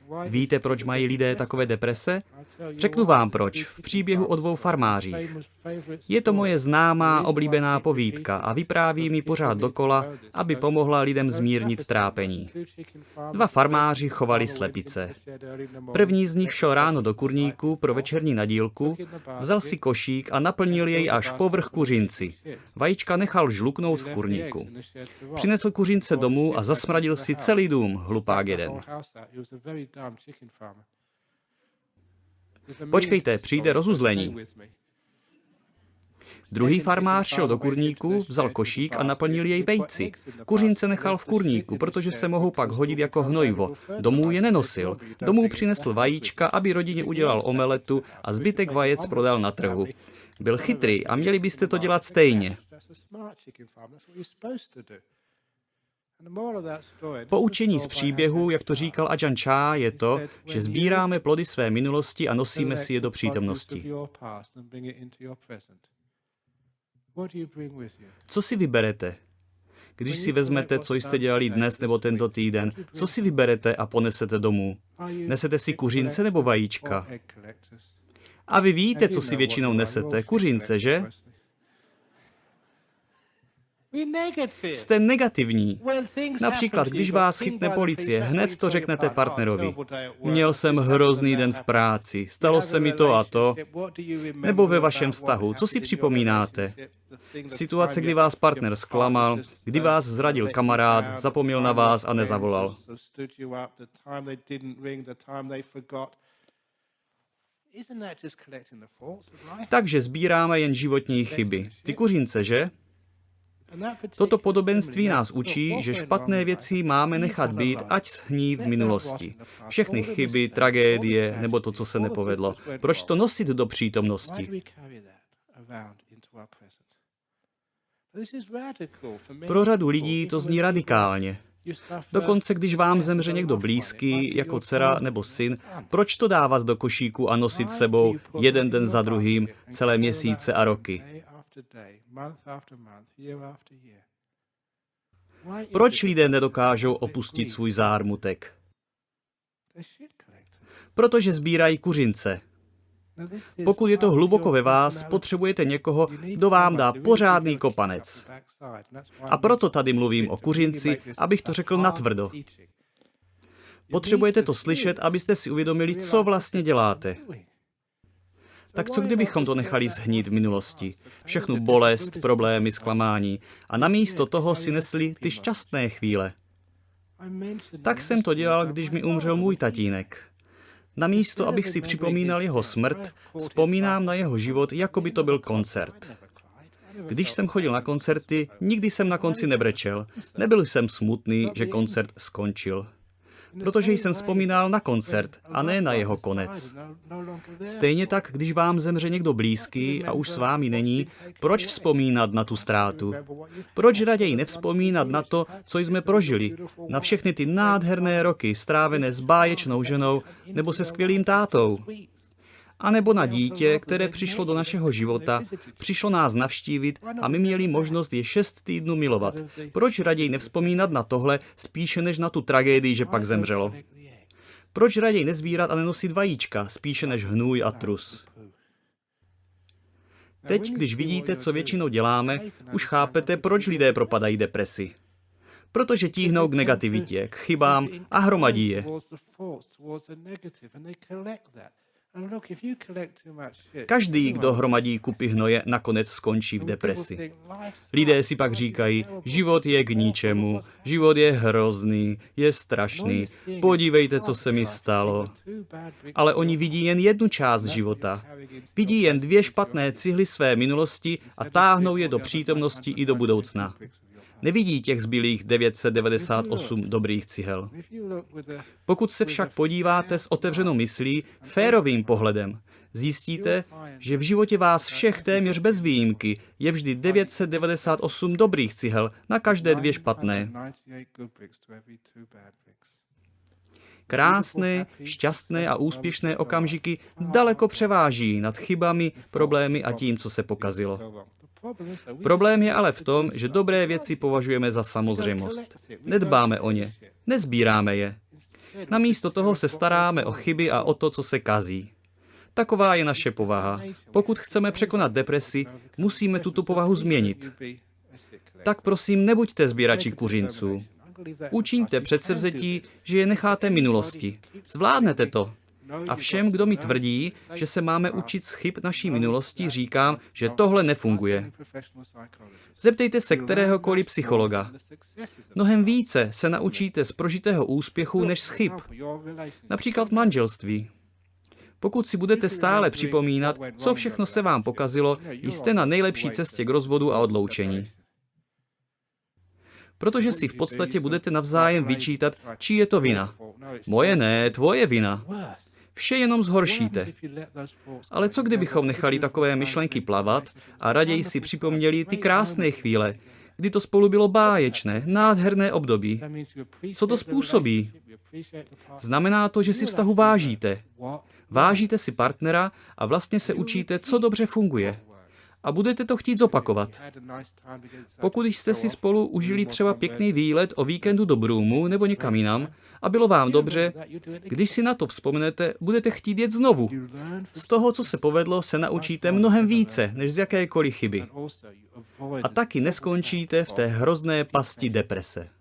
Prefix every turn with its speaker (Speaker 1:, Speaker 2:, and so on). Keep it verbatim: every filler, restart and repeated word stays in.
Speaker 1: Víte, proč mají lidé takové deprese? Řeknu vám proč, v příběhu o dvou farmářích. Je to moje známá oblíbená povídka a vypráví mi pořád dokola, aby pomohla lidem zmírnit trápení. Dva farmáři chovali slepice. První z nich šel ráno do kurníku pro večerní nadílku, vzal si košík a naplnil jej až po vrch kuřinci. Vajíčka nechal žluknout v kurníku. Přinesl kuřince domů a zasmradil si celý dům, hlupák jeden. Počkejte, přijde rozuzlení. Druhý farmář šel do kurníku, vzal košík a naplnil jej vejci. Kuřince nechal v kurníku, protože se mohou pak hodit jako hnojivo. Domů je nenosil. Domů přinesl vajíčka, aby rodině udělal omeletu a zbytek vajec prodal na trhu. Byl chytrý a měli byste to dělat stejně. Poučení z příběhu, jak to říkal Ajahn Chah, je to, že sbíráme plody své minulosti a nosíme si je do přítomnosti. Co si vyberete? Když si vezmete, co jste dělali dnes nebo tento týden, co si vyberete a ponesete domů? Nesete si kuřince nebo vajíčka? A vy víte, co si většinou nesete. Kuřince, že? Jste negativní. Například, když vás chytne policie, hned to řeknete partnerovi. Měl jsem hrozný den v práci, stalo se mi to a to. Nebo ve vašem vztahu, co si připomínáte? Situace, kdy vás partner zklamal, kdy vás zradil kamarád, zapomněl na vás a nezavolal. Takže sbíráme jen životní chyby. Ty kuřince, že? Toto podobenství nás učí, že špatné věci máme nechat být, ať shní v minulosti. Všechny chyby, tragédie nebo to, co se nepovedlo. Proč to nosit do přítomnosti? Pro řadu lidí to zní radikálně. Dokonce, když vám zemře někdo blízký, jako dcera nebo syn, proč to dávat do košíku a nosit sebou jeden den za druhým, celé měsíce a roky? Proč lidé nedokážou opustit svůj zármutek? Protože sbírají kuřince. Pokud je to hluboko ve vás, potřebujete někoho, kdo vám dá pořádný kopanec. A proto tady mluvím o kuřinci, abych to řekl natvrdo. Potřebujete to slyšet, abyste si uvědomili, co vlastně děláte. Tak co kdybychom to nechali zhnít v minulosti? Všechnu bolest, problémy, zklamání. A namísto toho si nesli ty šťastné chvíle. Tak jsem to dělal, když mi umřel můj tatínek. Namísto, abych si připomínal jeho smrt, vzpomínám na jeho život, jako by to byl koncert. Když jsem chodil na koncerty, nikdy jsem na konci nebrečel. Nebyl jsem smutný, že koncert skončil. Protože jsem vzpomínal na koncert a ne na jeho konec. Stejně tak, když vám zemře někdo blízký a už s vámi není, proč vzpomínat na tu ztrátu? Proč raději nevzpomínat na to, co jsme prožili? Na všechny ty nádherné roky strávené s báječnou ženou nebo se skvělým tátou? A nebo na dítě, které přišlo do našeho života, přišlo nás navštívit a my měli možnost je šest týdnů milovat. Proč raději nevzpomínat na tohle, spíše než na tu tragédii, že pak zemřelo? Proč raději nezbírat a nenosit vajíčka, spíše než hnůj a trus? Teď, když vidíte, co většinou děláme, už chápete, proč lidé propadají depresi. Protože tíhnou k negativitě, k chybám a hromadí je. Každý, kdo hromadí kupy hnoje, nakonec skončí v depresi. Lidé si pak říkají, život je k ničemu, život je hrozný, je strašný, podívejte, co se mi stalo. Ale oni vidí jen jednu část života. Vidí jen dvě špatné cihly své minulosti a táhnou je do přítomnosti i do budoucna. Nevidí těch zbylých devět set devadesát osm dobrých cihel. Pokud se však podíváte s otevřenou myslí, férovým pohledem, zjistíte, že v životě vás všech téměř bez výjimky je vždy devět set devadesát osm dobrých cihel na každé dvě špatné. Krásné, šťastné a úspěšné okamžiky daleko převáží nad chybami, problémy a tím, co se pokazilo. Problém je ale v tom, že dobré věci považujeme za samozřejmost. Nedbáme o ně, nezbíráme je. Namísto toho se staráme o chyby a o to, co se kazí. Taková je naše povaha. Pokud chceme překonat depresi, musíme tuto povahu změnit. Tak prosím, nebuďte sběrači kuřinců. Učiňte předsevzetí, že je necháte minulosti. Zvládnete to. A všem, kdo mi tvrdí, že se máme učit z chyb naší minulosti, říkám, že tohle nefunguje. Zeptejte se kteréhokoliv psychologa. Mnohem více se naučíte z prožitého úspěchu než z chyb. Například manželství. Pokud si budete stále připomínat, co všechno se vám pokazilo, jste na nejlepší cestě k rozvodu a odloučení. Protože si v podstatě budete navzájem vyčítat, čí je to vina. Moje ne, tvoje vina. Vše jenom zhoršíte. Ale co kdybychom nechali takové myšlenky plavat a raději si připomněli ty krásné chvíle, kdy to spolu bylo báječné, nádherné období? Co to způsobí? Znamená to, že si vztahu vážíte. Vážíte si partnera a vlastně se učíte, co dobře funguje. A budete to chtít zopakovat. Pokud jste si spolu užili třeba pěkný výlet o víkendu do Broomu nebo někam jinam a bylo vám dobře, když si na to vzpomenete, budete chtít jet znovu. Z toho, co se povedlo, se naučíte mnohem více, než z jakékoliv chyby. A taky neskončíte v té hrozné pasti deprese.